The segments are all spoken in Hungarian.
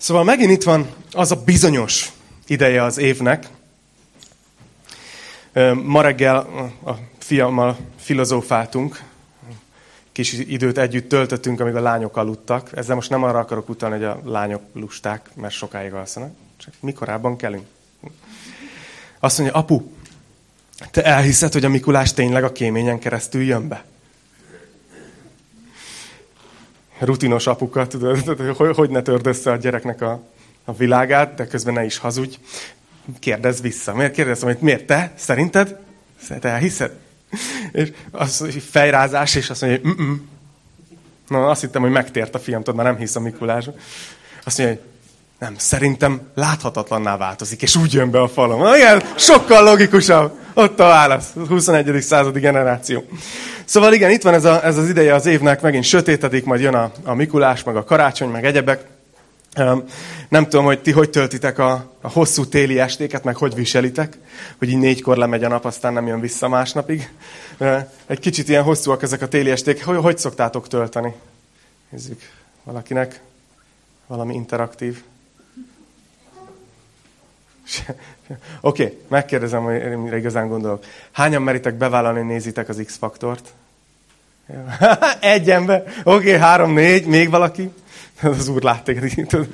Szóval megint itt van az a bizonyos ideje az évnek. Ma reggel a fiammal filozófáltunk, kis időt együtt töltöttünk, amíg a lányok aludtak. Ezzel most nem arra akarok utalni, hogy a lányok lusták, mert sokáig alszanak, csak mi korábban kelünk. Azt mondja, apu, te elhiszed, hogy a Mikulás tényleg a kéményen keresztül jön be? Rutinos apuka, tudod, hogy ne törd össze a gyereknek a világát, de közben ne is hazudj. Kérdezz vissza. Miért kérdeztem, hogy miért te? Szerinted? Te elhiszed? És az fejrázás, és azt mondja, hogy Na, azt hittem, hogy megtért a fiam, tudod, már nem hisz a Mikulásra. Azt mondja, hogy nem, szerintem láthatatlanná változik, és úgy jön be a falon. Na, igen, sokkal logikusabb. Ott a válasz. 21. századi generáció. Szóval igen, itt van ez az ideje az évnek, megint sötétedik, majd jön a Mikulás, meg a karácsony, meg egyebek. Nem tudom, hogy ti hogy töltitek a hosszú téli estéket, meg hogy viselitek, hogy így 4-kor lemegy a nap, aztán nem jön vissza másnapig. Egy kicsit ilyen hosszúak ezek a téli esték. Hogy szoktátok tölteni? Nézzük, valakinek valami interaktív. Oké, megkérdezem, hogy mire igazán gondolok. Hányan meritek bevállalni, hogy nézitek az X-faktort? Egy ember. Oké, 3-4, még valaki? Az úr lát téged.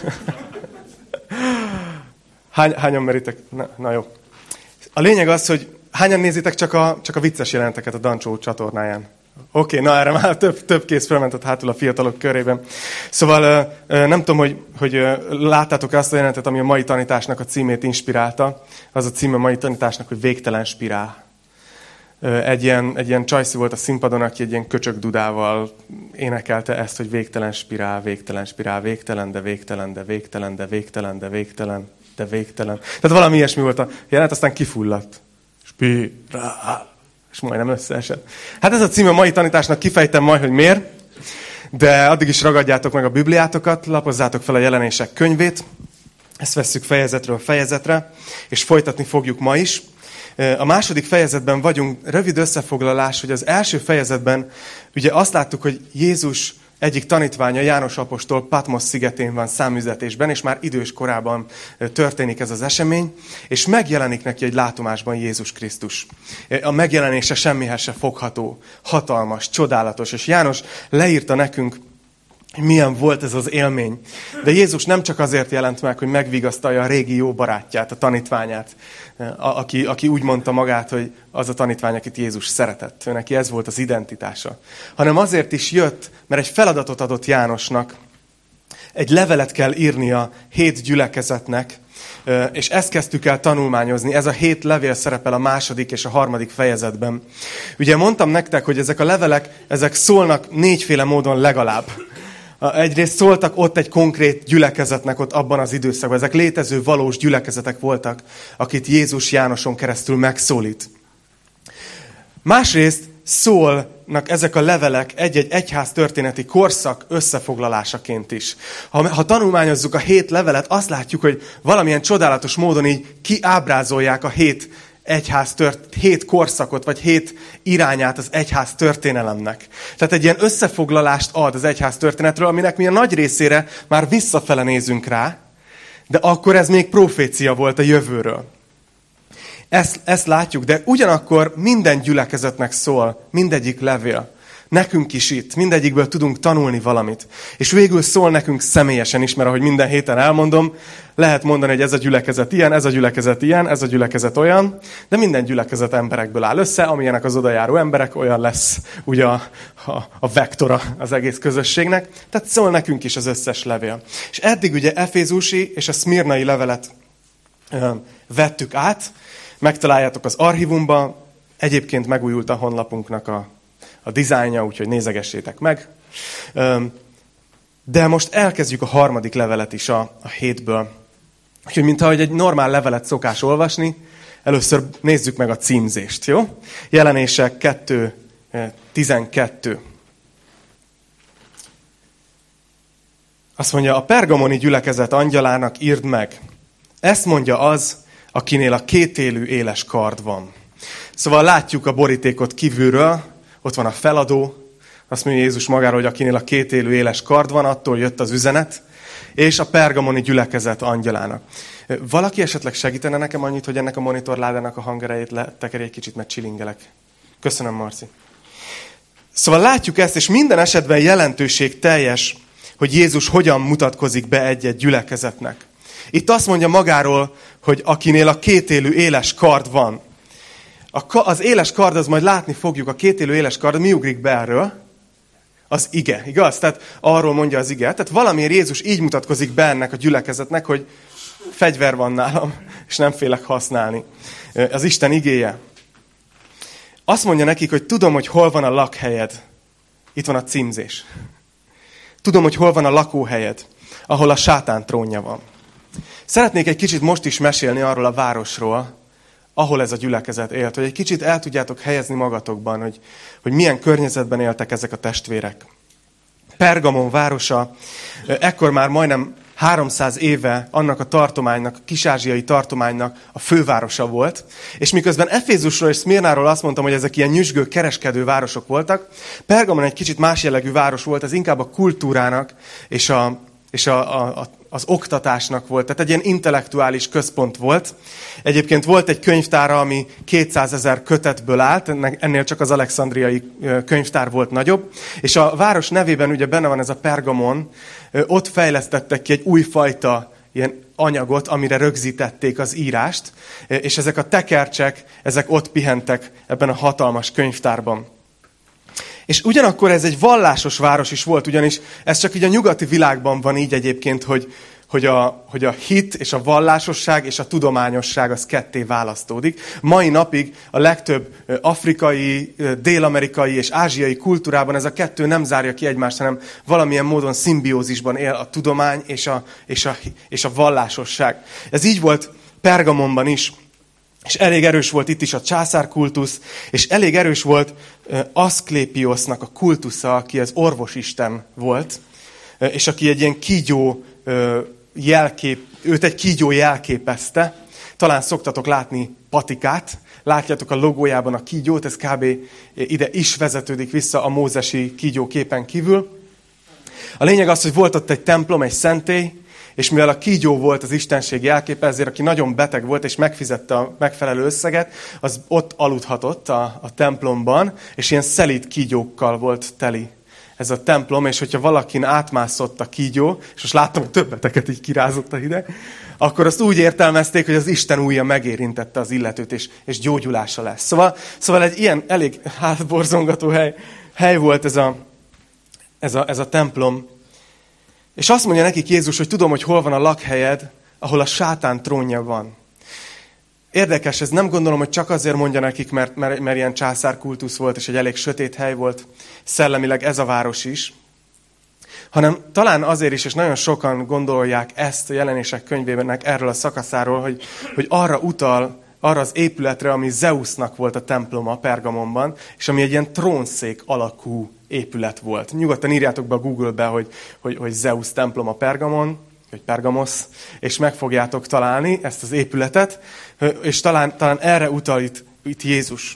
Hányan meritek? Na jó. A lényeg az, hogy hányan nézitek csak a vicces jelenteket a Dancsó csatornáján. Oké, na erre már több kéz felmentett hátul a fiatalok körében. Szóval nem tudom, hogy láttátok azt a jelentet, ami a mai tanításnak a címét inspirálta. Az a címe a mai tanításnak, hogy Végtelen spirál. Egy ilyen csajszi volt a színpadon, aki egy ilyen köcsög dudával énekelte ezt, hogy végtelen spirál, végtelen spirál, végtelen, de végtelen, de végtelen, de végtelen, de végtelen, de végtelen. Tehát valami ilyesmi volt a jelenet, aztán kifulladt. Spirál. És majdnem összeesett. Hát ez a cím a mai tanításnak, kifejtem majd, hogy miért. De addig is ragadjátok meg a Bibliátokat, lapozzátok fel a Jelenések könyvét. Ezt vesszük fejezetről fejezetre, és folytatni fogjuk ma is. A második fejezetben vagyunk, rövid összefoglalás, hogy az első fejezetben ugye azt láttuk, hogy Jézus egyik tanítványa, János apostol Patmos szigetén van számüzetésben, és már idős korában történik ez az esemény, és megjelenik neki egy látomásban Jézus Krisztus. A megjelenése semmihez se fogható, hatalmas, csodálatos, és János leírta nekünk, milyen volt ez az élmény. De Jézus nem csak azért jelent meg, hogy megvigasztalja a régi jó barátját, a tanítványát, aki úgy mondta magát, hogy az a tanítvány, akit Jézus szeretett. Ő neki ez volt az identitása. Hanem azért is jött, mert egy feladatot adott Jánosnak. Egy levelet kell írnia 7 gyülekezetnek, és ezt kezdtük el tanulmányozni. Ez a 7 levél szerepel a 2. és a 3. fejezetben. Ugye mondtam nektek, hogy ezek a levelek, ezek szólnak 4 módon legalább. Egyrészt szóltak ott egy konkrét gyülekezetnek ott abban az időszakban. Ezek létező valós gyülekezetek voltak, akit Jézus Jánoson keresztül megszólít. Másrészt szólnak ezek a levelek egy-egy egyház történeti korszak összefoglalásaként is. Ha tanulmányozzuk a 7 levelet, azt látjuk, hogy valamilyen csodálatos módon így kiábrázolják a 7 korszakot, vagy 7 irányát az egyház történelemnek. Tehát egy ilyen összefoglalást ad az egyház történetről, aminek mi a nagy részére már visszafele nézünk rá, de akkor ez még profécia volt a jövőről. Ezt látjuk, de ugyanakkor minden gyülekezetnek szól, mindegyik levél. Nekünk is itt, mindegyikből tudunk tanulni valamit. És végül szól nekünk személyesen is, mert ahogy minden héten elmondom, lehet mondani, hogy ez a gyülekezet ilyen, ez a gyülekezet ilyen, ez a gyülekezet olyan, de minden gyülekezet emberekből áll össze, amilyenek az odajáró emberek, olyan lesz ugye a vektora az egész közösségnek. Tehát szól nekünk is az összes levél. És eddig ugye Efézusi és a Szmirnai levelet vettük át, megtaláljátok az archívumban, egyébként megújult a honlapunknak a dizájnja, úgyhogy nézegessétek meg. De most elkezdjük a 3. levelet is a 7-ből. Úgyhogy mintha egy normál levelet szokás olvasni, először nézzük meg a címzést, jó? Jelenések 2:12. Azt mondja, a pergamoni gyülekezet angyalának írd meg. Ezt mondja az, akinél a 2 élő éles kard van. Szóval látjuk a borítékot kívülről, ott van a feladó, azt mondja Jézus magáról, hogy akinél a 2 élő éles kard van, attól jött az üzenet, és a pergamoni gyülekezet angyalának. Valaki esetleg segítene nekem annyit, hogy ennek a monitorládának a hangerejét letekerje egy kicsit, mert csilingelek. Köszönöm, Marci. Szóval látjuk ezt, és minden esetben jelentőség teljes, hogy Jézus hogyan mutatkozik be egy-egy gyülekezetnek. Itt azt mondja magáról, hogy akinél a kétélű éles kard van. Az éles kard, az majd látni fogjuk, a kétélű éles kard, mi ugrik be erről? Az ige, igaz? Tehát arról mondja az ige. Tehát valamiért Jézus így mutatkozik be ennek a gyülekezetnek, hogy fegyver van nálam, és nem félek használni. Az Isten igéje. Azt mondja nekik, hogy tudom, hogy hol van a lakhelyed. Itt van a címzés. Tudom, hogy hol van a lakóhelyed, ahol a sátán trónja van. Szeretnék egy kicsit most is mesélni arról a városról, ahol ez a gyülekezet élt, hogy egy kicsit el tudjátok helyezni magatokban, hogy milyen környezetben éltek ezek a testvérek. Pergamon városa, ekkor már majdnem 300 éve annak a tartománynak, a kis-ázsiai tartománynak a fővárosa volt, és miközben Efézusról és Szmirnáról azt mondtam, hogy ezek ilyen nyüzsgő, kereskedő városok voltak, Pergamon egy kicsit más jellegű város volt, ez inkább a kultúrának és az oktatásnak volt, tehát egy ilyen intellektuális központ volt. Egyébként volt egy könyvtára, ami 200 000 kötetből állt, ennél csak az alexandriai könyvtár volt nagyobb, és a város nevében ugye benne van ez a Pergamon, ott fejlesztettek ki egy újfajta ilyen anyagot, amire rögzítették az írást, és ezek a tekercsek, ezek ott pihentek ebben a hatalmas könyvtárban. És ugyanakkor ez egy vallásos város is volt, ugyanis ez csak így a nyugati világban van így egyébként, hogy a hit és a vallásosság és a tudományosság az ketté választódik. Mai napig a legtöbb afrikai, dél-amerikai és ázsiai kultúrában ez a kettő nem zárja ki egymást, hanem valamilyen módon szimbiózisban él a tudomány és a vallásosság. Ez így volt Pergamonban is. És elég erős volt itt is a császárkultusz, és elég erős volt Aszklépiosnak a kultusza, aki az orvosisten volt, és aki egy ilyen kígyó őt egy kígyó jelképezte. Talán szoktatok látni patikát, látjátok a logójában a kígyót, ez kb. Ide is vezetődik vissza a mózesi kígyó képen kívül. A lényeg az, hogy volt ott egy templom, egy szentély, és mivel a kígyó volt az istenség jelképe, ezért aki nagyon beteg volt, és megfizette a megfelelő összeget, az ott aludhatott a templomban, és ilyen szelíd kígyókkal volt teli ez a templom, és hogyha valakin átmászott a kígyó, és most láttam, hogy többeteket így kirázott a hideg, akkor azt úgy értelmezték, hogy az Isten ujja megérintette az illetőt, és gyógyulása lesz. Szóval egy ilyen elég hátborzongató hely volt ez a templom. És azt mondja nekik Jézus, hogy tudom, hogy hol van a lakhelyed, ahol a sátán trónja van. Érdekes, ez nem gondolom, hogy csak azért mondja nekik, mert ilyen császárkultusz volt, és egy elég sötét hely volt szellemileg ez a város is, hanem talán azért is, és nagyon sokan gondolják ezt a Jelenések könyvében erről a szakaszáról, hogy arra utal, arra az épületre, ami Zeusnak volt a temploma Pergamonban, és ami egy ilyen trónszék alakú épület volt. Nyugodtan írjátok be a Google-be, hogy Zeus temploma Pergamon, vagy Pergamosz, és meg fogjátok találni ezt az épületet, és talán erre utal itt Jézus.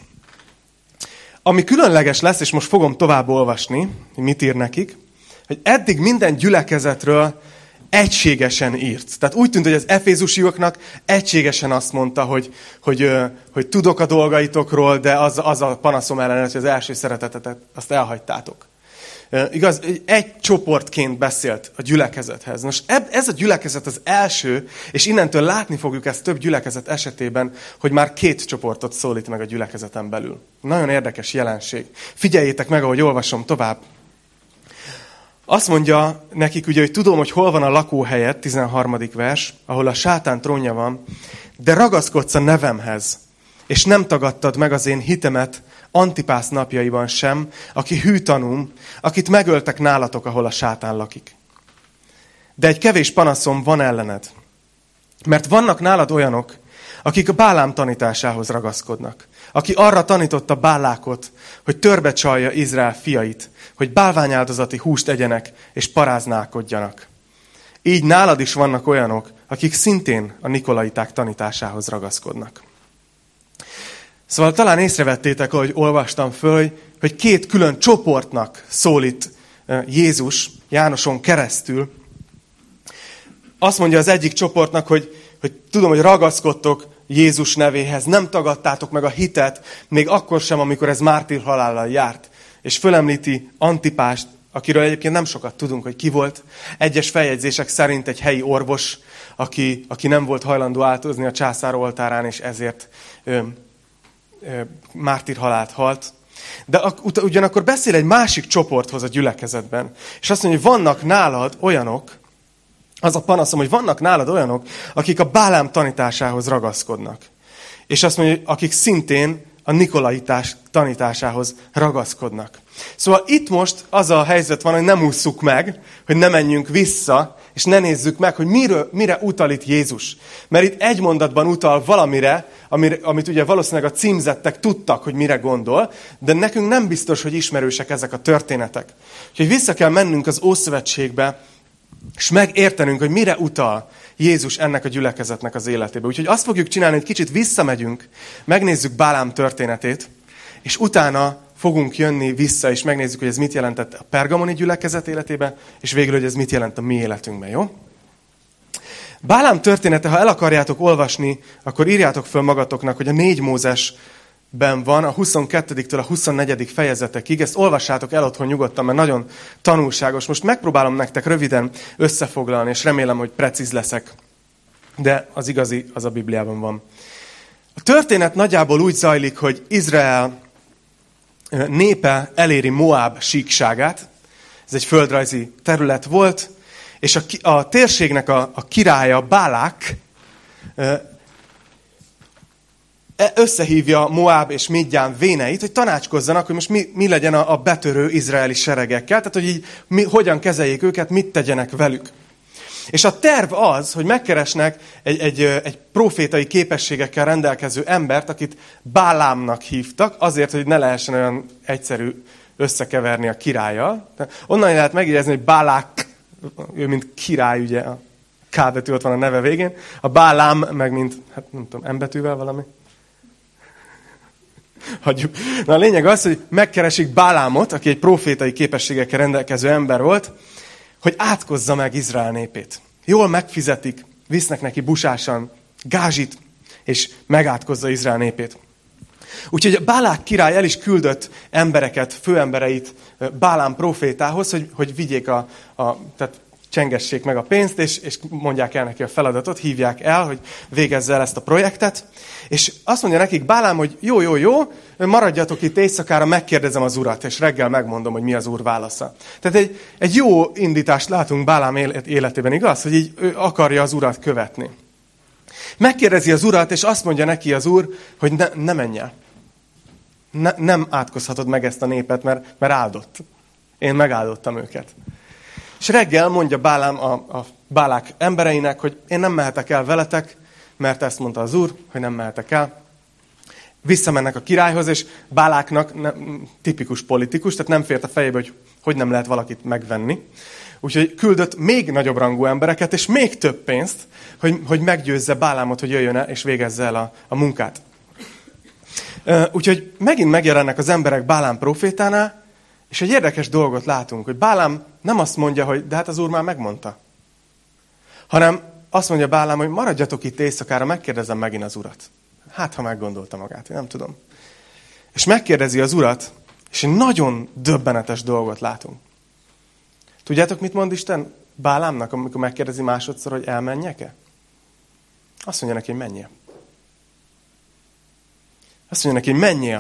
Ami különleges lesz, és most fogom tovább olvasni, hogy mit ír nekik, hogy eddig minden gyülekezetről egységesen írt. Tehát úgy tűnt, hogy az efézusiaknak egységesen azt mondta, hogy tudok a dolgaitokról, de az a panaszom ellen, hogy az első szeretetet azt elhagytátok. Igaz, egy csoportként beszélt a gyülekezethez. Most ez a gyülekezet az első, és innentől látni fogjuk ezt több gyülekezet esetében, hogy már 2 csoportot szólít meg a gyülekezeten belül. Nagyon érdekes jelenség. Figyeljétek meg, ahogy olvasom tovább. Azt mondja nekik ugye, hogy tudom, hogy hol van a lakóhelyed, 13. vers, ahol a sátán trónja van, de ragaszkodsz a nevemhez, és nem tagadtad meg az én hitemet Antipász napjaiban sem, aki hű tanúm, akit megöltek nálatok, ahol a sátán lakik. De egy kevés panaszom van ellened, mert vannak nálad olyanok, akik a Bálám tanításához ragaszkodnak, aki arra tanította Bálákot, hogy törbe csalja Izrael fiait, hogy bálványáldozati húst egyenek és paráználkodjanak. Így nálad is vannak olyanok, akik szintén a nikolaiták tanításához ragaszkodnak. Szóval talán észrevettétek, ahogy olvastam föl, hogy 2 külön csoportnak szólít Jézus Jánoson keresztül. azt mondja az egyik csoportnak, hogy tudom, hogy ragaszkodtok Jézus nevéhez, nem tagadtátok meg a hitet, még akkor sem, amikor ez mártír halállal járt. És fölemlíti Antipást, akiről egyébként nem sokat tudunk, hogy ki volt. Egyes feljegyzések szerint egy helyi orvos, aki nem volt hajlandó áldozni a császár oltárán, és ezért mártír halált halt. De ugyanakkor beszél egy másik csoporthoz a gyülekezetben. És azt mondja, hogy vannak nálad olyanok, az a panaszom, hogy vannak nálad olyanok, akik a Bálám tanításához ragaszkodnak. És azt mondja, hogy akik szintén a nikolaitás tanításához ragaszkodnak. Szóval itt most az a helyzet van, hogy nem ússzuk meg, hogy ne menjünk vissza, és ne nézzük meg, hogy mire utal itt Jézus. Mert itt egy mondatban utal valamire, amit ugye valószínűleg a címzettek tudtak, hogy mire gondol, de nekünk nem biztos, hogy ismerősek ezek a történetek. Úgyhogy vissza kell mennünk az Ószövetségbe, és megértenünk, hogy mire utal Jézus ennek a gyülekezetnek az életébe. Úgyhogy azt fogjuk csinálni, hogy kicsit visszamegyünk, megnézzük Bálám történetét, és utána fogunk jönni vissza, és megnézzük, hogy ez mit jelentett a pergamoni gyülekezet életében, és végül, hogy ez mit jelent a mi életünkben, jó? Bálám története, ha el akarjátok olvasni, akkor írjátok föl magatoknak, hogy a 4 Mózesben van, a 22-től a 24. fejezetekig. Ezt olvassátok el otthon nyugodtan, mert nagyon tanulságos. Most megpróbálom nektek röviden összefoglalni, és remélem, hogy precíz leszek. De az igazi, az a Bibliában van. A történet nagyjából úgy zajlik, hogy Izrael népe eléri Moab síkságát. Ez egy földrajzi terület volt, és a térségnek a királya, Bálák, összehívja Moab és Midján véneit, hogy tanácskozzanak, hogy most mi legyen a betörő izraeli seregekkel, tehát hogy így hogyan kezeljék őket, mit tegyenek velük. És a terv az, hogy megkeresnek egy profétai képességekkel rendelkező embert, akit Bálámnak hívtak, azért, hogy ne lehessen olyan egyszerű összekeverni a királlyal. Onnan lehet megjegyezni, hogy Bálák, ő mint király, ugye, a K betű ott van a neve végén, a Bálám meg mint, hát nem tudom, M betűvel valami. Hagyjuk. Na a lényeg az, hogy megkeresik Bálámot, aki egy profétai képességekkel rendelkező ember volt, hogy átkozza meg Izrael népét. Jól megfizetik, visznek neki busásan gázsit, és megátkozza Izrael népét. Úgyhogy Bálák király el is küldött embereket, főembereit Bálám profétához, hogy vigyék tehát csengessék meg a pénzt, és mondják el neki a feladatot, hívják el, hogy végezze el ezt a projektet. És azt mondja nekik Bálám, hogy jó, maradjatok itt éjszakára, megkérdezem az urat, és reggel megmondom, hogy mi az úr válasza. Tehát egy jó indítást látunk Bálám életében, igaz? Hogy így ő akarja az urat követni. Megkérdezi az urat, és azt mondja neki az úr, hogy ne menj el. Nem átkozhatod meg ezt a népet, mert áldott. Én megáldottam őket. És reggel mondja Bálám a Bálák embereinek, hogy én nem mehetek el veletek, mert ezt mondta az úr, hogy nem mehetek el. Visszamennek a királyhoz, és Báláknak tipikus politikus, tehát nem fért a fejébe, hogy nem lehet valakit megvenni. Úgyhogy küldött még nagyobb rangú embereket, és még több pénzt, hogy meggyőzze Bálámot, hogy jöjjön el, és végezze el a munkát. Úgyhogy megint megjelennek az emberek Bálám profétánál, és egy érdekes dolgot látunk, hogy Bálám nem azt mondja, hogy de hát az úr már megmondta. Hanem azt mondja Bálám, hogy maradjatok itt éjszakára, megkérdezem megint az urat. Hát, ha meggondolta magát, én nem tudom. És megkérdezi az urat, és egy nagyon döbbenetes dolgot látunk. Tudjátok, mit mond Isten Bálámnak, amikor megkérdezi másodszor, hogy elmenjek-e? Azt mondja neki, hogy menjél. Azt mondja neki, hogy menjél.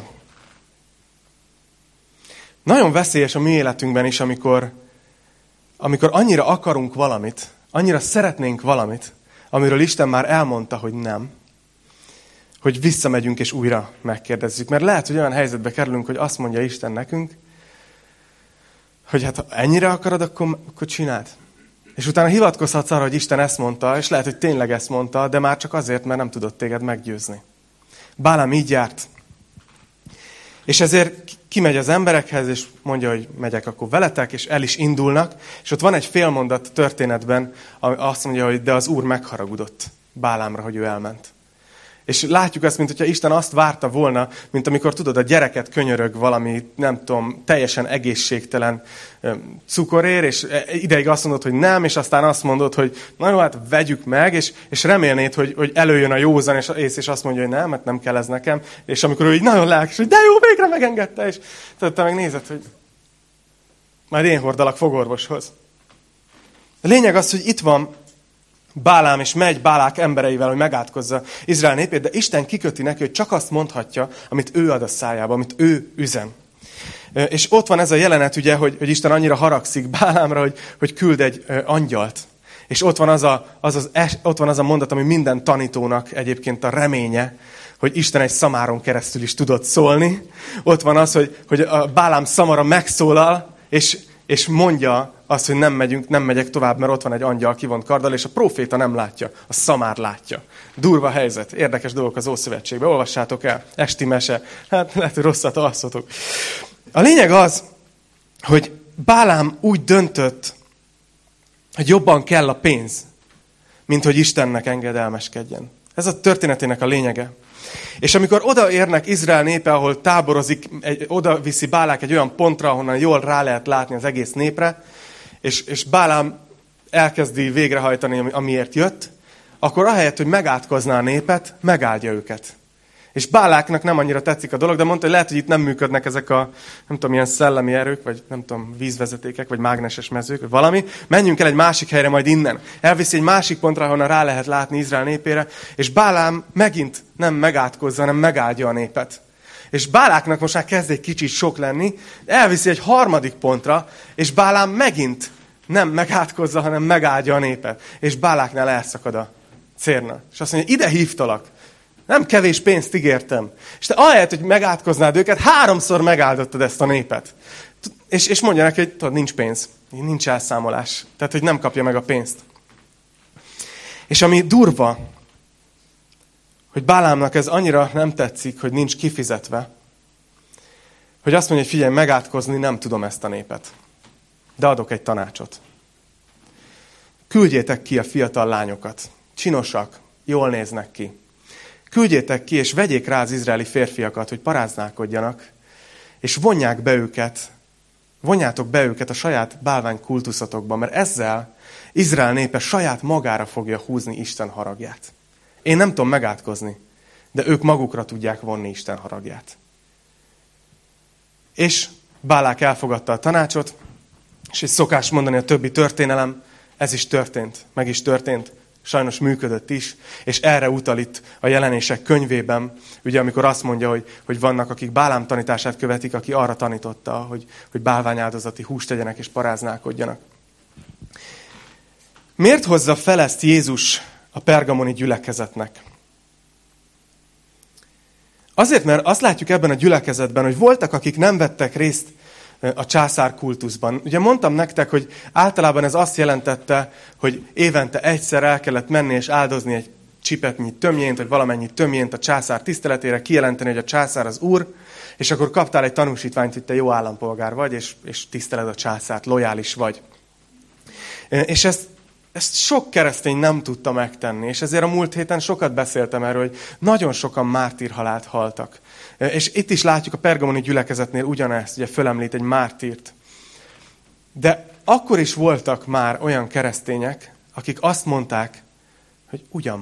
Nagyon veszélyes a mi életünkben is, amikor annyira akarunk valamit, annyira szeretnénk valamit, amiről Isten már elmondta, hogy nem, hogy visszamegyünk és újra megkérdezzük. Mert lehet, hogy olyan helyzetbe kerülünk, hogy azt mondja Isten nekünk, hogy hát ha ennyire akarod, akkor csináld. És utána hivatkozhatsz arra, hogy Isten ezt mondta, és lehet, hogy tényleg ezt mondta, de már csak azért, mert nem tudott téged meggyőzni. Bálám így járt. És ezért kimegy az emberekhez, és mondja, hogy megyek akkor veletek, és el is indulnak. És ott van egy félmondat történetben, ami azt mondja, hogy de az úr megharagudott Bálámra, hogy ő elment. És látjuk azt, mint hogyha Isten azt várta volna, mint amikor tudod, a gyereket könyörög valami, nem tudom, teljesen egészségtelen cukorér, és ideig azt mondod, hogy nem, és aztán azt mondod, hogy na jó, hát vegyük meg, és remélnéd, hogy előjön a józan, és azt mondja, hogy nem, hát nem kell ez nekem. És amikor ő így nagyon lelkes, hogy de jó, végre megengedte, és te meg nézed, hogy majd én hordalak fogorvoshoz. A lényeg az, hogy itt van Bálám, és megy Bálák embereivel, hogy megátkozza Izrael népét, de Isten kiköti neki, hogy csak azt mondhatja, amit ő ad a szájába, amit ő üzen. És ott van ez a jelenet, ugye, hogy Isten annyira haragszik Bálámra, hogy küld egy angyalt. És ott van az a mondat, ami minden tanítónak egyébként a reménye, hogy Isten egy szamáron keresztül is tudott szólni. Ott van az, hogy a Bálám szamara megszólal, és mondja azt, hogy nem megyek tovább, mert ott van egy angyal kivont karddal, és a próféta nem látja, a szamár látja. Durva helyzet, érdekes dolgok az Ószövetségben, olvassátok el, esti mese, hát lehet, hogy rosszat alszotok. A lényeg az, hogy Bálám úgy döntött, hogy jobban kell a pénz, mint hogy Istennek engedelmeskedjen. Ez a történetének a lényege. És amikor odaérnek Izrael népe, ahol táborozik, oda viszi Bálák egy olyan pontra, ahonnan jól rá lehet látni az egész népre, és Bálám elkezdi végrehajtani, amiért jött, akkor ahelyett, hogy megátkozná a népet, megáldja őket. És Báláknak nem annyira tetszik a dolog, de mondta, hogy lehet, hogy itt nem működnek ezek a, nem tudom, ilyen szellemi erők, vagy nem tudom, vízvezetékek, vagy mágneses mezők, vagy valami. Menjünk el egy másik helyre majd innen. Elviszi egy másik pontra, ahonnan rá lehet látni Izrael népére, és Bálám megint nem megátkozza, hanem megáldja a népet. És Báláknak most már kezd egy kicsit sok lenni, elviszi egy harmadik pontra, és Bálám megint nem megátkozza, hanem megáldja a népet. És Báláknál elszakad a cérna. És azt mondja, ide hívtalak. Nem kevés pénzt ígértem. És te ahelyett, hogy megátkoznád őket, 3-szor megáldottad ezt a népet. És mondja neki, hogy tudod, nincs pénz. Nincs elszámolás. Tehát, hogy nem kapja meg a pénzt. És ami durva, hogy Bálámnak ez annyira nem tetszik, hogy nincs kifizetve, hogy azt mondja, hogy figyelj, megátkozni nem tudom ezt a népet. De adok egy tanácsot. Küldjétek ki a fiatal lányokat. Csinosak, jól néznek ki. Küldjétek ki, és vegyék rá az izraeli férfiakat, hogy paráználkodjanak, és vonjátok be őket a saját bálvány kultuszotokba, mert ezzel Izrael népe saját magára fogja húzni Isten haragját. Én nem tudom megátkozni, de ők magukra tudják vonni Isten haragját. És Bálák elfogadta a tanácsot, és egy szokás mondani a többi történelem, ez is történt, meg is történt, sajnos működött is, és erre utal itt a Jelenések könyvében, ugye amikor azt mondja, hogy vannak, akik Bálám tanítását követik, aki arra tanította, hogy bálványáldozati húst tegyenek és paráználkodjanak. Miért hozza fel ezt Jézus a pergamoni gyülekezetnek? Azért, mert azt látjuk ebben a gyülekezetben, hogy voltak, akik nem vettek részt a császár kultuszban. Ugye mondtam nektek, hogy általában ez azt jelentette, hogy évente egyszer el kellett menni és áldozni egy csipetnyi tömjént, vagy valamennyi tömjént a császár tiszteletére, kijelenteni, hogy a császár az úr, és akkor kaptál egy tanúsítványt, hogy te jó állampolgár vagy, és tiszteled a császárt, lojális vagy. És ezt sok keresztény nem tudta megtenni, és ezért a múlt héten sokat beszéltem erről, hogy nagyon sokan mártírhalált haltak. És itt is látjuk a pergamoni gyülekezetnél ugyanezt, ugye fölemlít egy mártírt. De akkor is voltak már olyan keresztények, akik azt mondták, hogy ugyan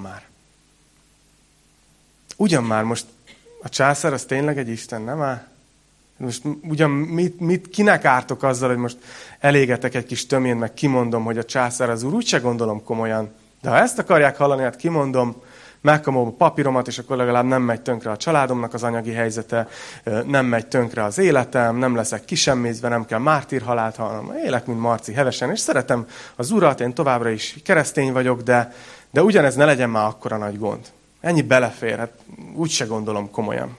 már most a császár az tényleg egy Isten, nem áll? Most ugyan kinek ártok azzal, hogy most elégetek egy kis tömjén, meg kimondom, hogy a császár az úr, úgyse gondolom komolyan. De ha ezt akarják hallani, hát kimondom, megkamolom a papíromat, és akkor legalább nem megy tönkre a családomnak az anyagi helyzete, nem megy tönkre az életem, nem leszek kisemmizve, nem kell mártírhalált, hanem élek, mint Marci hevesen, és szeretem az Urat, én továbbra is keresztény vagyok, de ugyanez ne legyen már akkora nagy gond. Ennyi belefér, hát úgyse gondolom komolyan.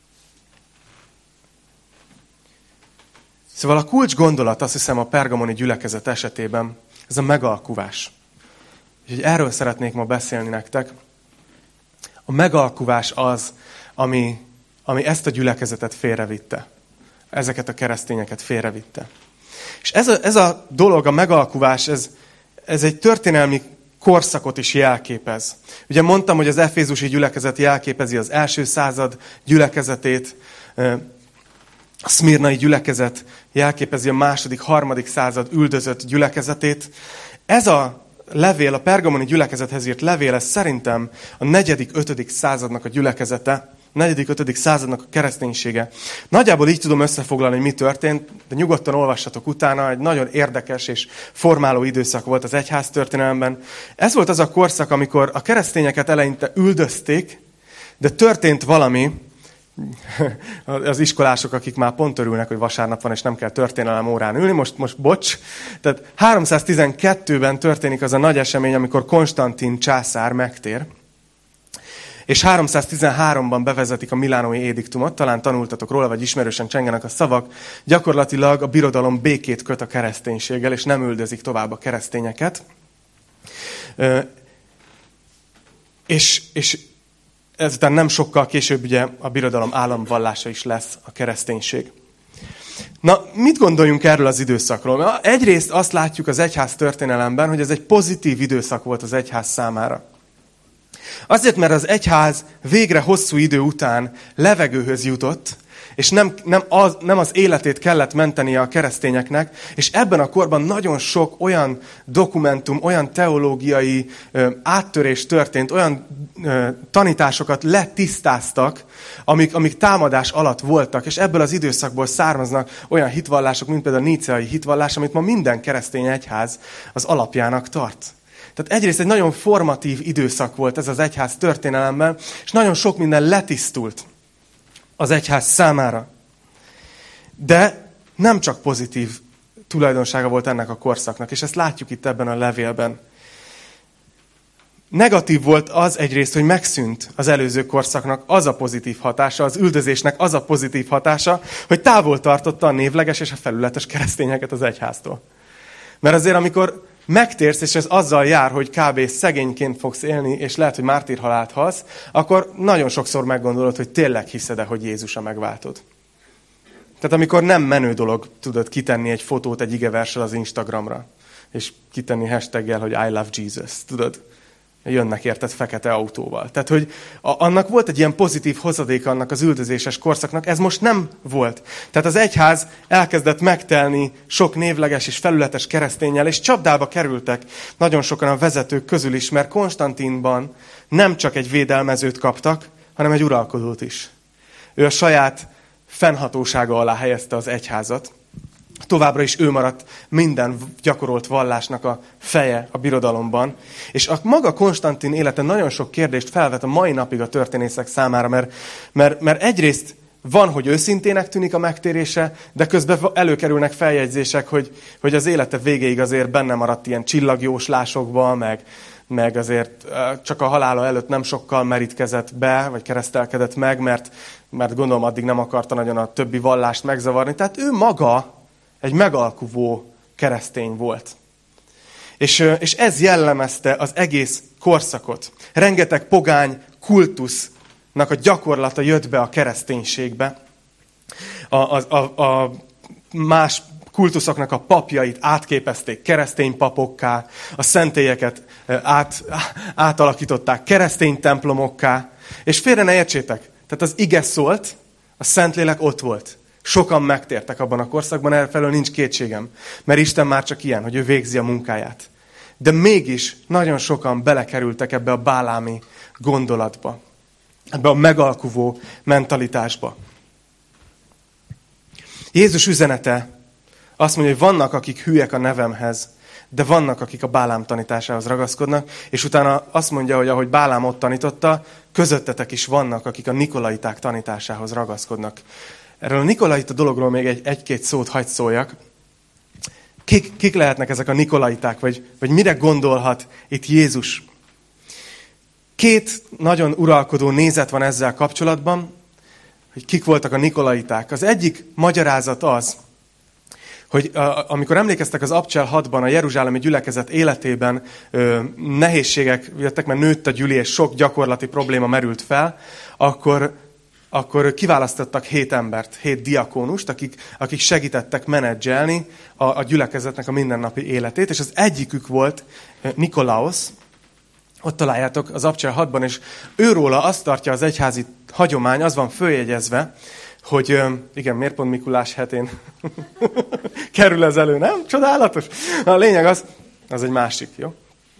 Szóval a kulcs gondolat, azt hiszem, a pergamoni gyülekezet esetében, ez a megalkuvás. Úgyhogy erről szeretnék ma beszélni nektek. A megalkuvás az, ami ezt a gyülekezetet félrevitte. Ezeket a keresztényeket félrevitte. És ez a dolog, a megalkuvás, ez egy történelmi korszakot is jelképez. Ugye mondtam, hogy az efézusi gyülekezet jelképezi az első század gyülekezetét, a szmirnai gyülekezet jelképezi a második, harmadik század üldözött gyülekezetét. Ez a levél, a pergamoni gyülekezethez írt levél, ez szerintem a 4.-5. századnak a gyülekezete, 4.-5. századnak a kereszténysége. Nagyjából így tudom összefoglalni, hogy mi történt, de nyugodtan olvassatok utána, egy nagyon érdekes és formáló időszak volt az egyház történelemben. Ez volt az a korszak, amikor a keresztényeket eleinte üldözték, de történt valami, az iskolások, akik már pont örülnek, hogy vasárnap van, és nem kell történelem órán ülni, most bocs. Tehát 312-ben történik az a nagy esemény, amikor Konstantin császár megtér, és 313-ban bevezetik a milánói édiktumot, talán tanultatok róla, vagy ismerősen csengenek a szavak, gyakorlatilag a birodalom békét köt a kereszténységgel, és nem üldözik tovább a keresztényeket. És ezután nem sokkal később ugye a birodalom államvallása is lesz a kereszténység. Na, mit gondoljunk erről az időszakról? Egyrészt azt látjuk az egyház történelemben, hogy ez egy pozitív időszak volt az egyház számára. Azért, mert az egyház végre hosszú idő után levegőhöz jutott, és nem az életét kellett mentenie a keresztényeknek, és ebben a korban nagyon sok olyan dokumentum, olyan teológiai áttörés történt, olyan tanításokat letisztáztak, amik támadás alatt voltak, és ebből az időszakból származnak olyan hitvallások, mint például a níceai hitvallás, amit ma minden keresztény egyház az alapjának tart. Tehát egyrészt egy nagyon formatív időszak volt ez az egyház történelemben, és nagyon sok minden letisztult az egyház számára. De nem csak pozitív tulajdonsága volt ennek a korszaknak, és ezt látjuk itt ebben a levélben. Negatív volt az egyrészt, hogy megszűnt az előző korszaknak az a pozitív hatása, az üldözésnek az a pozitív hatása, hogy távol tartotta a névleges és a felületes keresztényeket az egyháztól. Mert azért, amikor megtérsz, és ez azzal jár, hogy kb. Szegényként fogsz élni, és lehet, hogy mártírhalált halsz, akkor nagyon sokszor meggondolod, hogy tényleg hiszed-e, hogy Jézus a megváltod. Tehát amikor nem menő dolog, tudod kitenni egy fotót egy igeverssel az Instagramra, és kitenni hashtaggel, hogy I love Jesus, tudod? Jönnek érted fekete autóval. Tehát, hogy annak volt egy ilyen pozitív hozadéka annak az üldözéses korszaknak, ez most nem volt. Tehát az egyház elkezdett megtelni sok névleges és felületes kereszténnyel, és csapdába kerültek nagyon sokan a vezetők közül is, mert Konstantinban nem csak egy védelmezőt kaptak, hanem egy uralkodót is. Ő a saját fennhatósága alá helyezte az egyházat. Továbbra is ő maradt minden gyakorolt vallásnak a feje a birodalomban. És a maga Konstantin élete nagyon sok kérdést felvet a mai napig a történészek számára, mert egyrészt van, hogy őszintének tűnik a megtérése, de közben előkerülnek feljegyzések, hogy az élete végéig azért benne maradt ilyen csillagjóslásokba, meg azért csak a halála előtt nem sokkal merítkezett be, vagy keresztelkedett meg, mert gondolom addig nem akarta nagyon a többi vallást megzavarni. Tehát ő maga egy megalkuvó keresztény volt. És ez jellemezte az egész korszakot. Rengeteg pogány kultusznak a gyakorlata jött be a kereszténységbe. A más kultuszoknak a papjait átképezték keresztény papokká, a szentélyeket átalakították keresztény templomokká, és félre ne értsétek, tehát az ige szólt, a Szentlélek ott volt. Sokan megtértek abban a korszakban, erről nincs kétségem, mert Isten már csak ilyen, hogy ő végzi a munkáját. De mégis nagyon sokan belekerültek ebbe a bálámi gondolatba, ebbe a megalkuvó mentalitásba. Jézus üzenete azt mondja, hogy vannak, akik hülyek a nevemhez, de vannak, akik a Bálám tanításához ragaszkodnak, és utána azt mondja, hogy ahogy Bálám ott tanította, közöttetek is vannak, akik a nikolaiták tanításához ragaszkodnak. Erről a nikolaita dologról még egy-két szót hadd szóljak. Kik lehetnek ezek a nikolaiták, vagy mire gondolhat itt Jézus? Két nagyon uralkodó nézet van ezzel kapcsolatban, hogy kik voltak a nikolaiták. Az egyik magyarázat az, hogy amikor emlékeztek az Abcsel 6-ban a jeruzsálemi gyülekezet életében nehézségek jöttek, mert nőtt a gyüli, és sok gyakorlati probléma merült fel, akkor kiválasztottak 7 embert, 7 diakónust, akik segítettek menedzselni a gyülekezetnek a mindennapi életét, és az egyikük volt Nikolaos, Ott találjátok az Abcsel 6-ban, és őróla azt tartja az egyházi hagyomány, az van följegyezve, hogy igen, miért pont Mikulás hetén kerül ez elő, nem? Csodálatos. A lényeg az egy másik, jó?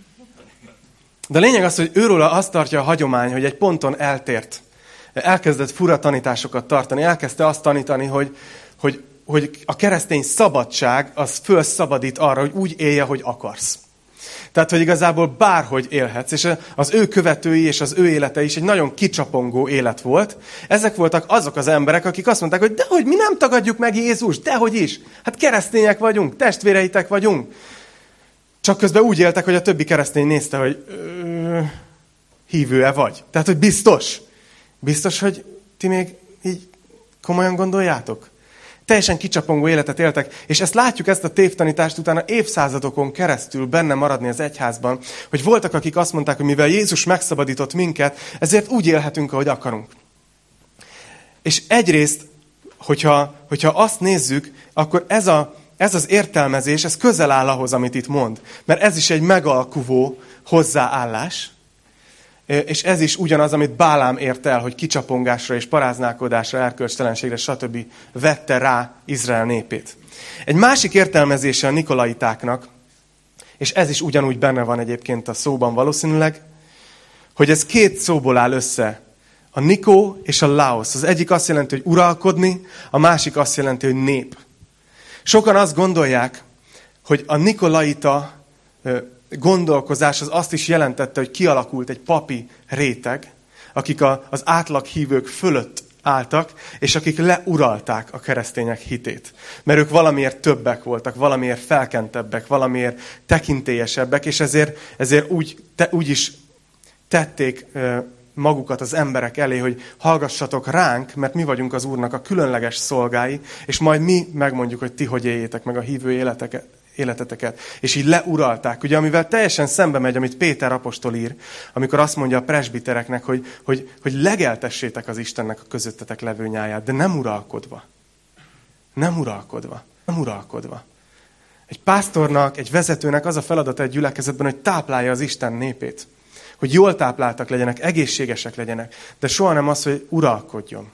De a lényeg az, hogy őróla azt tartja a hagyomány, hogy egy ponton eltért. Elkezdett fura tanításokat tartani, elkezdte azt tanítani, hogy a keresztény szabadság az fölszabadít arra, hogy úgy élje, hogy akarsz. Tehát, hogy igazából bárhogy élhetsz, és az ő követői és az ő élete is egy nagyon kicsapongó élet volt. Ezek voltak azok az emberek, akik azt mondták, hogy dehogy mi nem tagadjuk meg Jézust, dehogy is. Hát keresztények vagyunk, testvéreitek vagyunk. Csak közben úgy éltek, hogy a többi keresztény nézte, hogy hívő-e vagy. Tehát, hogy biztos. Biztos, hogy ti még így komolyan gondoljátok? Teljesen kicsapongó életet éltek, és ezt látjuk, ezt a tévtanítást utána évszázadokon keresztül benne maradni az egyházban, hogy voltak, akik azt mondták, hogy mivel Jézus megszabadított minket, ezért úgy élhetünk, ahogy akarunk. És egyrészt, hogyha azt nézzük, akkor ez az értelmezés, ez közel áll ahhoz, amit itt mond. Mert ez is egy megalkuvó hozzáállás, és ez is ugyanaz, amit Bálám ért el, hogy kicsapongásra és paráználkodásra, erkölcstelenségre, stb. Vette rá Izrael népét. Egy másik értelmezése a nikolaitáknak, és ez is ugyanúgy benne van egyébként a szóban valószínűleg, hogy ez két szóból áll össze. A Nikó és a Laosz. Az egyik azt jelenti, hogy uralkodni, a másik azt jelenti, hogy nép. Sokan azt gondolják, hogy a nikolaita gondolkozás az azt is jelentette, hogy kialakult egy papi réteg, akik az átlag hívők fölött álltak, és akik leuralták a keresztények hitét. Mert ők valamiért többek voltak, valamiért felkentebbek, valamiért tekintélyesebbek, és ezért úgy is tették magukat az emberek elé, hogy hallgassatok ránk, mert mi vagyunk az Úrnak a különleges szolgái, és majd mi megmondjuk, hogy ti hogy éljétek meg a hívő életeteket. És így leuralták. Ugye, amivel teljesen szembe megy, amit Péter apostol ír, amikor azt mondja a presbitereknek, hogy legeltessétek az Istennek a közöttetek levő nyáját, de nem uralkodva. Nem uralkodva. Nem uralkodva. Egy pásztornak, egy vezetőnek az a feladata egy gyülekezetben, hogy táplálja az Isten népét. Hogy jól tápláltak legyenek, egészségesek legyenek, de soha nem az, hogy uralkodjon.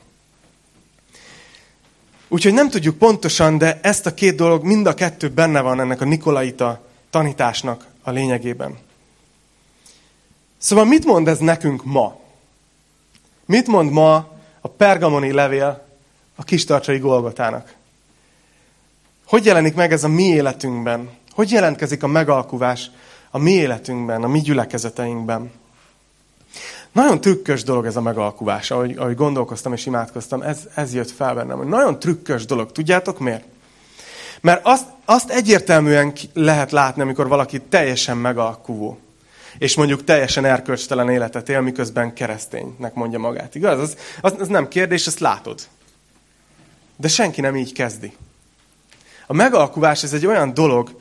Úgyhogy nem tudjuk pontosan, de ezt a két dolog, mind a kettő benne van ennek a nikolaita tanításnak a lényegében. Szóval mit mond ez nekünk ma? Mit mond ma a pergamoni levél a kistarcsai Golgotának? Hogy jelenik meg ez a mi életünkben? Hogy jelentkezik a megalkuvás a mi életünkben, a mi gyülekezeteinkben? Nagyon trükkös dolog ez a megalkuvás, ahogy gondolkoztam és imádkoztam, ez jött fel bennem, hogy nagyon trükkös dolog. Tudjátok miért? Mert azt egyértelműen lehet látni, amikor valaki teljesen megalkuvó, és mondjuk teljesen erkölcstelen életet él, miközben kereszténynek mondja magát. Igaz? Az nem kérdés, ezt látod. De senki nem így kezdi. A megalkuvás ez egy olyan dolog,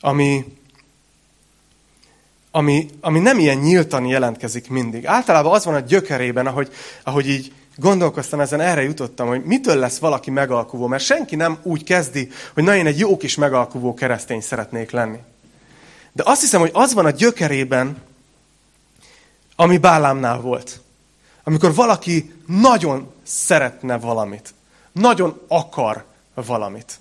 ami nem ilyen nyíltan jelentkezik mindig. Általában az van a gyökerében, ahogy így gondolkoztam ezen, erre jutottam, hogy mitől lesz valaki megalkuvó. Mert senki nem úgy kezdi, hogy na én egy jó kis megalkuvó keresztény szeretnék lenni. De azt hiszem, hogy az van a gyökerében, ami Bálámnál volt. Amikor valaki nagyon szeretne valamit. Nagyon akar valamit.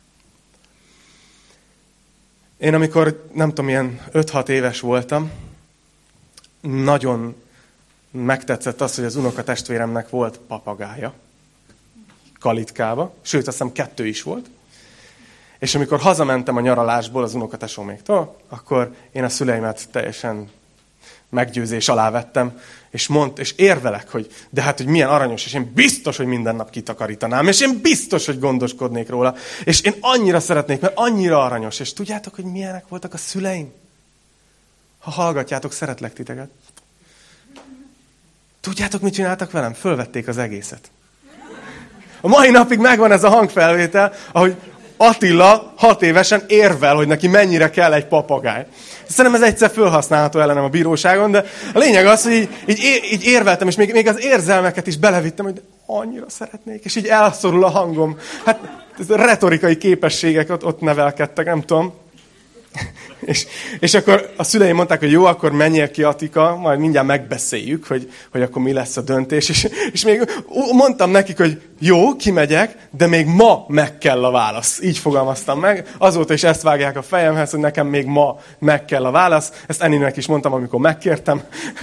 Én amikor, nem tudom, ilyen 5-6 éves voltam, nagyon megtetszett az, hogy az unokatestvéremnek volt papagája, Kalitkába, sőt, azt hiszem 2 is volt. És amikor hazamentem a nyaralásból az unokatesóméktól, akkor én a szüleimet teljesen meggyőzés alá vettem, és érvelek, hogy de hát, hogy milyen aranyos, és én biztos, hogy minden nap kitakarítanám, és én biztos, hogy gondoskodnék róla, és én annyira szeretnék, mert annyira aranyos. És tudjátok, hogy milyenek voltak a szüleim? Ha hallgatjátok, szeretlek titeket. Tudjátok, mit csináltak velem? Fölvették az egészet. A mai napig megvan ez a hangfelvétel, ahogy Attila 6 évesen érvel, hogy neki mennyire kell egy papagáj. Szerintem ez egyszer fölhasználható ellenem a bíróságon, de a lényeg az, hogy így érveltem, és még az érzelmeket is belevittem, hogy annyira szeretnék, és így elszorul a hangom. Hát retorikai képességek ott nevelkedtek, nem tudom. És akkor a szüleim mondták, hogy jó, akkor menjél ki, Atika, majd mindjárt megbeszéljük, hogy akkor mi lesz a döntés. És még mondtam nekik, hogy jó, kimegyek, de még ma meg kell a válasz. Így fogalmaztam meg. Azóta is ezt vágják a fejemhez, hogy nekem még ma meg kell a válasz. Ezt Enninek is mondtam, amikor megkértem.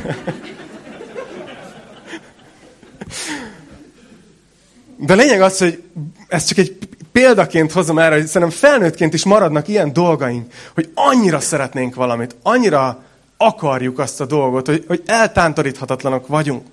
De a lényeg az, hogy ez csak egy példaként hozom erre, hogy szerintem felnőttként is maradnak ilyen dolgaink, hogy annyira szeretnénk valamit, annyira akarjuk azt a dolgot, hogy eltántoríthatatlanok vagyunk.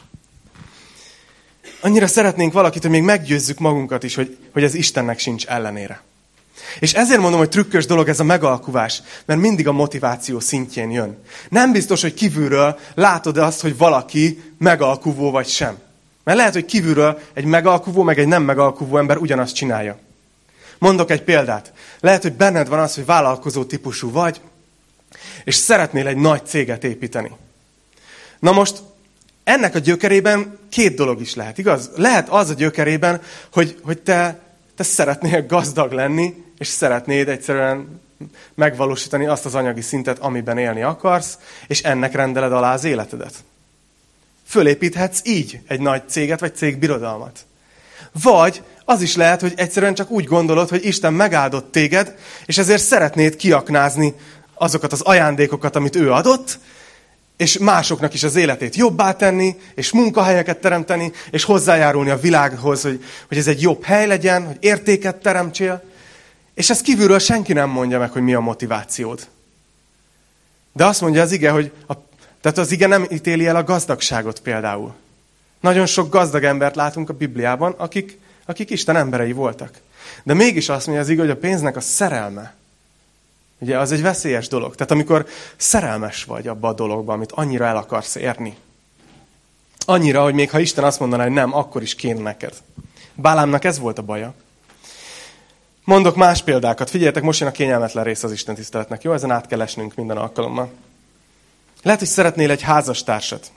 Annyira szeretnénk valakit, hogy még meggyőzzük magunkat is, hogy ez Istennek sincs ellenére. És ezért mondom, hogy trükkös dolog ez a megalkuvás, mert mindig a motiváció szintjén jön. Nem biztos, hogy kívülről látod azt, hogy valaki megalkuvó vagy sem. Mert lehet, hogy kívülről egy megalkuvó, meg egy nem megalkuvó ember ugyanazt csinálja. Mondok egy példát. Lehet, hogy benned van az, hogy vállalkozó típusú vagy, és szeretnél egy nagy céget építeni. Na most ennek a gyökerében két dolog is lehet, igaz? Lehet az a gyökerében, hogy te szeretnél gazdag lenni, és szeretnéd egyszerűen megvalósítani azt az anyagi szintet, amiben élni akarsz, és ennek rendeled alá az életedet. Fölépíthetsz így egy nagy céget, vagy cégbirodalmat. Vagy az is lehet, hogy egyszerűen csak úgy gondolod, hogy Isten megáldott téged, és ezért szeretnéd kiaknázni azokat az ajándékokat, amit ő adott, és másoknak is az életét jobbá tenni, és munkahelyeket teremteni, és hozzájárulni a világhoz, hogy ez egy jobb hely legyen, hogy értéket teremtsél. És ezt kívülről senki nem mondja meg, hogy mi a motivációd. De azt mondja az ige, tehát az ige nem ítéli el a gazdagságot például. Nagyon sok gazdag embert látunk a Bibliában, akik Isten emberei voltak. De mégis azt mondja az ige, hogy a pénznek a szerelme. Ugye az egy veszélyes dolog. Tehát amikor szerelmes vagy abba a dologba, amit annyira el akarsz érni. Annyira, hogy még ha Isten azt mondaná, hogy nem, akkor is kéne neked. Bálámnak ez volt a baja. Mondok más példákat. Figyeljetek, most jön a kényelmetlen rész az Isten tiszteletnek. Jó, ezen át kell esnünk minden alkalommal. Lehet, hogy szeretnél egy házastársat.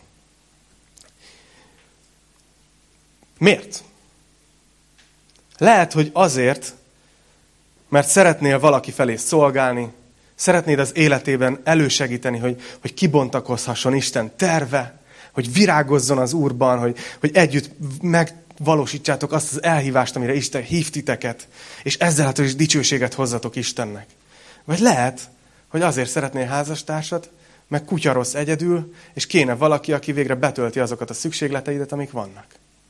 Miért? Lehet, hogy azért, mert szeretnél valaki felé szolgálni, szeretnéd az életében elősegíteni, hogy kibontakozhasson Isten terve, hogy virágozzon az Úrban, hogy együtt megvalósítsátok azt az elhívást, amire Isten hív titeket, és ezzel hát is dicsőséget hozzatok Istennek. Vagy lehet, hogy azért szeretnél házastársat, meg kutya rossz egyedül, és kéne valaki, aki végre betölti azokat a szükségleteidet, amik vannak.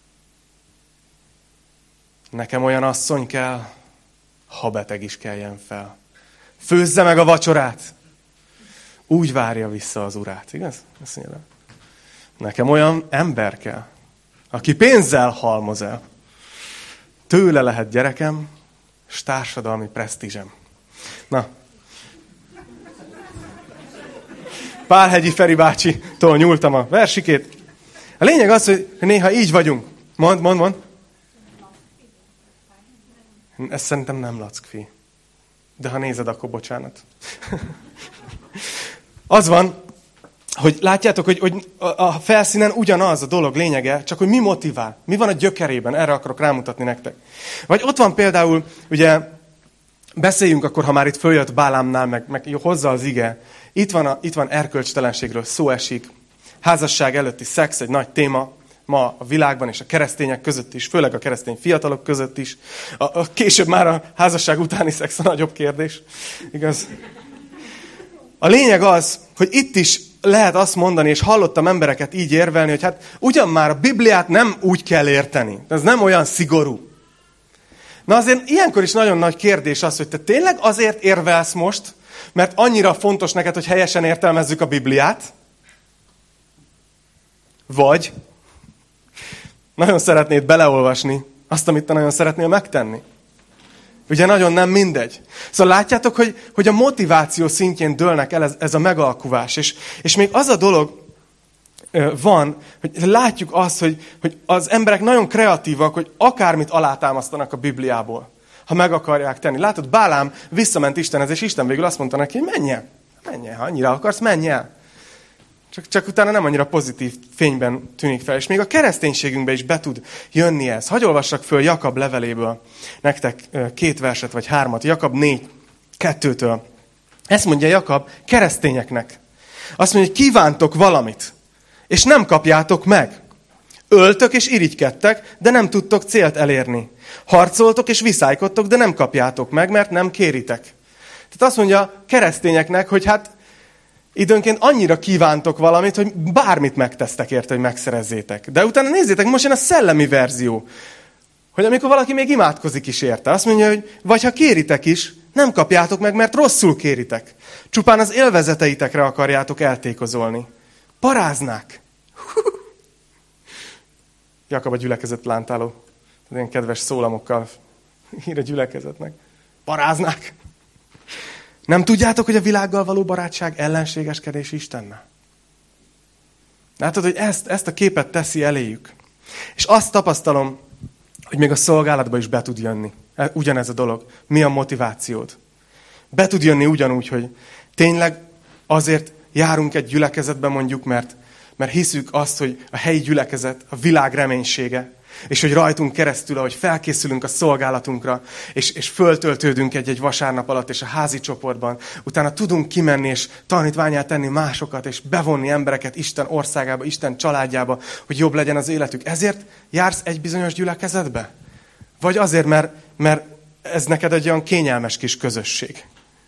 Nekem olyan asszony kell, ha beteg is keljen fel. Főzze meg a vacsorát. Úgy várja vissza az urát, igaz? Azt mondja, nekem olyan ember kell, aki pénzzel halmoz el. Tőle lehet gyerekem, és társadalmi presztízsem. Na. Pálhegyi Feri bácsitól nyúltam a versikét. A lényeg az, hogy néha így vagyunk. Mond. Ez szerintem nem lackfi. De ha nézed, akkor bocsánat. Az van, hogy látjátok, hogy a felszínen ugyanaz a dolog lényege, csak hogy mi motivál, mi van a gyökerében, erre akarok rámutatni nektek. Vagy ott van például, ugye, beszéljünk akkor, ha már itt följött Bálámnál, meg hozzá az ige. Itt van erkölcstelenségről szó esik. Házasság előtti szex egy nagy téma ma a világban és a keresztények között is, főleg a keresztény fiatalok között is. Később már a házasság utáni szex a nagyobb kérdés. Igaz? A lényeg az, hogy itt is lehet azt mondani, és hallottam embereket így érvelni, hogy hát ugyan már a Bibliát nem úgy kell érteni. Ez nem olyan szigorú. Na azért ilyenkor is nagyon nagy kérdés az, hogy te tényleg azért érvelsz most, mert annyira fontos neked, hogy helyesen értelmezzük a Bibliát? Vagy nagyon szeretnéd beleolvasni azt, amit te nagyon szeretnél megtenni? Ugye nagyon nem mindegy. Szóval látjátok, hogy a motiváció szintjén dőlnek el ez a megalkuvás. És még az a dolog van, hogy látjuk azt, hogy az emberek nagyon kreatívak, hogy akármit alátámasztanak a Bibliából, ha meg akarják tenni. Látod, Bálám visszament Istenhez, és Isten végül azt mondta neki, hogy menj el, ha annyira akarsz, menj el. Csak utána nem annyira pozitív fényben tűnik fel. És még a kereszténységünkbe is be tud jönni ez. Hadd olvassak föl Jakab leveléből nektek 2 verset vagy 3. Jakab 4:2-től. Ezt mondja Jakab keresztényeknek. Azt mondja, hogy kívántok valamit, és nem kapjátok meg. Öltök és irigykedtek, de nem tudtok célt elérni. Harcoltok és viszálykodtok, de nem kapjátok meg, mert nem kéritek. Tehát azt mondja keresztényeknek, hogy hát időnként annyira kívántok valamit, hogy bármit megtesztek érte, hogy megszerezzétek. De utána nézzétek, most jön a szellemi verzió. Hogy amikor valaki még imádkozik is érte. Azt mondja, hogy vagy ha kéritek is, nem kapjátok meg, mert rosszul kéritek. Csupán az élvezeteitekre akarjátok eltékozolni. Paráznák. Jakab a gyülekezet plántáló. Ilyen kedves szólamokkal ír a gyülekezetnek. Paráznák. Nem tudjátok, hogy a világgal való barátság ellenségeskedés Istennel? Látod, hogy ezt a képet teszi eléjük. És azt tapasztalom, hogy még a szolgálatba is be tud jönni. Ugyanez a dolog. Mi a motivációd? Be tud jönni ugyanúgy, hogy tényleg azért járunk egy gyülekezetbe mondjuk, mert hiszük azt, hogy a helyi gyülekezet a világ reménysége, és hogy rajtunk keresztül, ahogy felkészülünk a szolgálatunkra, és föltöltődünk egy vasárnap alatt, és a házi csoportban, utána tudunk kimenni, és tanítvánnyá tenni másokat, és bevonni embereket Isten országába, Isten családjába, hogy jobb legyen az életük. Ezért jársz egy bizonyos gyülekezetbe? Vagy azért, mert ez neked egy olyan kényelmes kis közösség?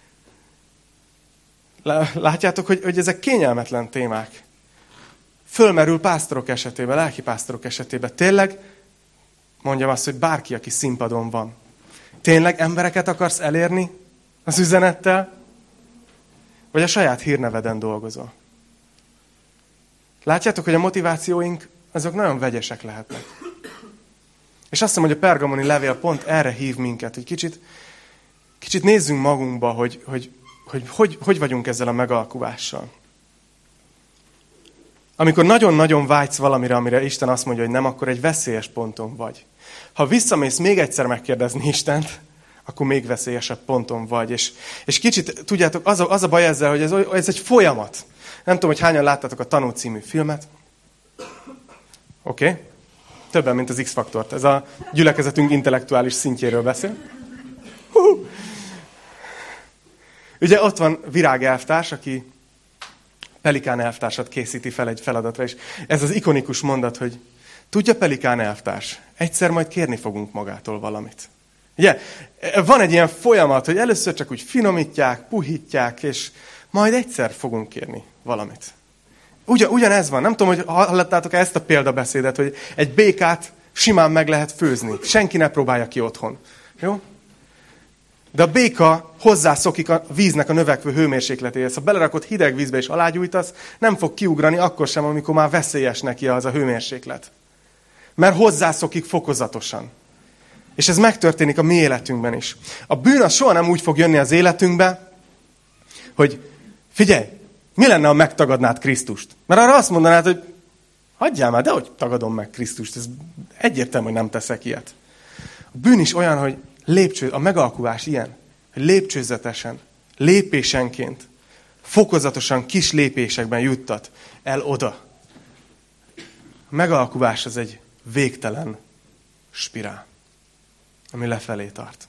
Látjátok, hogy ezek kényelmetlen témák. Fölmerül pásztorok esetében, lelkipásztorok esetében. Tényleg mondjam azt, hogy bárki, aki színpadon van. Tényleg embereket akarsz elérni az üzenettel? Vagy a saját hírneveden dolgozol? Látjátok, hogy a motivációink azok nagyon vegyesek lehetnek. És azt hiszem, hogy a pergamoni levél pont erre hív minket, hogy kicsit nézzünk magunkba, hogy vagyunk ezzel a megalkuvással. Amikor nagyon-nagyon vágysz valamire, amire Isten azt mondja, hogy nem, akkor egy veszélyes ponton vagy. Ha visszamész még egyszer megkérdezni Istent, akkor még veszélyesebb ponton vagy. És kicsit, tudjátok, az a baj ezzel, hogy ez egy folyamat. Nem tudom, hogy hányan láttátok a Tanú című filmet. Oké. Többen, mint az X-faktort. Ez a gyülekezetünk intellektuális szintjéről beszél. Ugye ott van Virág elvtárs, aki Pelikán elvtársat készíti fel egy feladatra, és ez az ikonikus mondat, hogy tudja Pelikán elvtárs, egyszer majd kérni fogunk magától valamit. Ugye, van egy ilyen folyamat, hogy először csak úgy finomítják, puhítják, és majd egyszer fogunk kérni valamit. Ugyanez van. Nem tudom, hogy hallottátok ezt a példabeszédet, hogy egy békát simán meg lehet főzni. Senki ne próbálja ki otthon. Jó? De a béka hozzászokik a víznek a növekvő hőmérsékletéhez. Ha belerakod hideg vízbe és alágyújtasz, nem fog kiugrani akkor sem, amikor már veszélyes neki az a hőmérséklet. Mert hozzászokik fokozatosan. És ez megtörténik a mi életünkben is. A bűn az soha nem úgy fog jönni az életünkbe, hogy figyelj, mi lenne, ha megtagadnád Krisztust? Mert arra azt mondanád, hogy hagyjál már, de hogy tagadom meg Krisztust? Ez egyértelmű, hogy nem teszek ilyet. A bűn is olyan, hogy a megalkuvás ilyen, hogy lépcsőzetesen, lépésenként, fokozatosan, kis lépésekben juttat el oda. A megalkuvás az egy végtelen spirál, ami lefelé tart.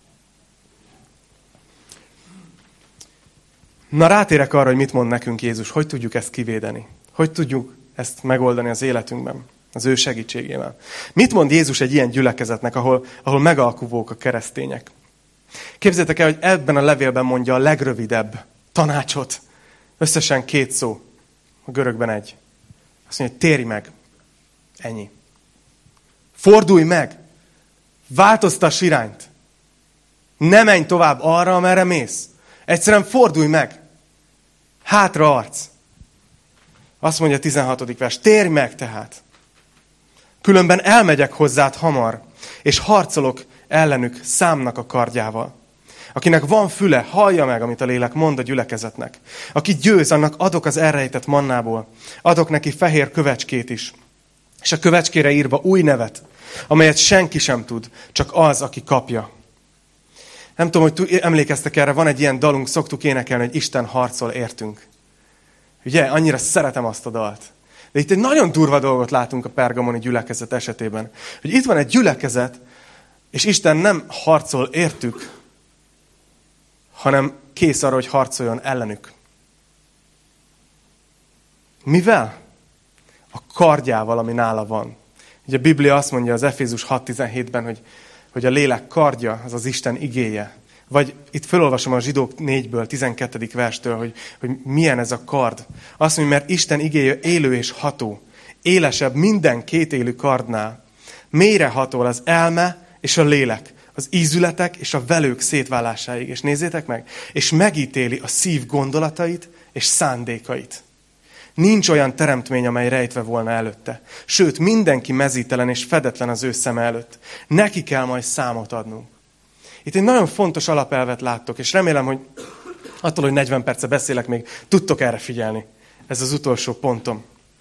Na, rátérek arra, hogy mit mond nekünk Jézus, hogy tudjuk ezt kivédeni, hogy tudjuk ezt megoldani az életünkben, az ő segítségével. Mit mond Jézus egy ilyen gyülekezetnek, ahol megalkuvók a keresztények? Képzeljétek el, hogy ebben a levélben mondja a legrövidebb tanácsot. Összesen 2 szó. A görögben 1. Azt mondja, hogy térj meg. Ennyi. Fordulj meg. Változtass irányt. Ne menj tovább arra, amerre mész. Egyszerűen fordulj meg. Hátra arc. Azt mondja a 16. vers. Térj meg tehát. Különben elmegyek hozzád hamar, és harcolok ellenük számnak a kardjával. Akinek van füle, hallja meg, amit a lélek mond a gyülekezetnek. Aki győz, annak adok az elrejtett mannából. Adok neki fehér kövecskét is. És a kövecskére írva új nevet, amelyet senki sem tud, csak az, aki kapja. Nem tudom, hogy emlékeztek erre, van egy ilyen dalunk, szoktuk énekelni, hogy Isten harcol értünk. Ugye, annyira szeretem azt a dalt. De itt egy nagyon durva dolgot látunk a pergamoni gyülekezet esetében. Hogy itt van egy gyülekezet, és Isten nem harcol értük, hanem kész arra, hogy harcoljon ellenük. Mivel? A kardjával, ami nála van. Ugye a Biblia azt mondja az Efézus 6.17-ben, hogy a lélek kardja az az Isten igéje. Vagy itt felolvasom a Zsidók 4-ből, 12. verstől, hogy milyen ez a kard. Azt mondja, mert Isten igéje élő és ható, élesebb minden kétélű kardnál. Mélyre hatol az elme és a lélek, az ízületek és a velők szétválásáig. És nézzétek meg, és megítéli a szív gondolatait és szándékait. Nincs olyan teremtmény, amely rejtve volna előtte. Sőt, mindenki mezítelen és fedetlen az ő szeme előtt. Neki kell majd számot adnunk. Itt egy nagyon fontos alapelvet láttok, és remélem, hogy attól, hogy 40 perce beszélek, még tudtok erre figyelni. Ez az utolsó pontom.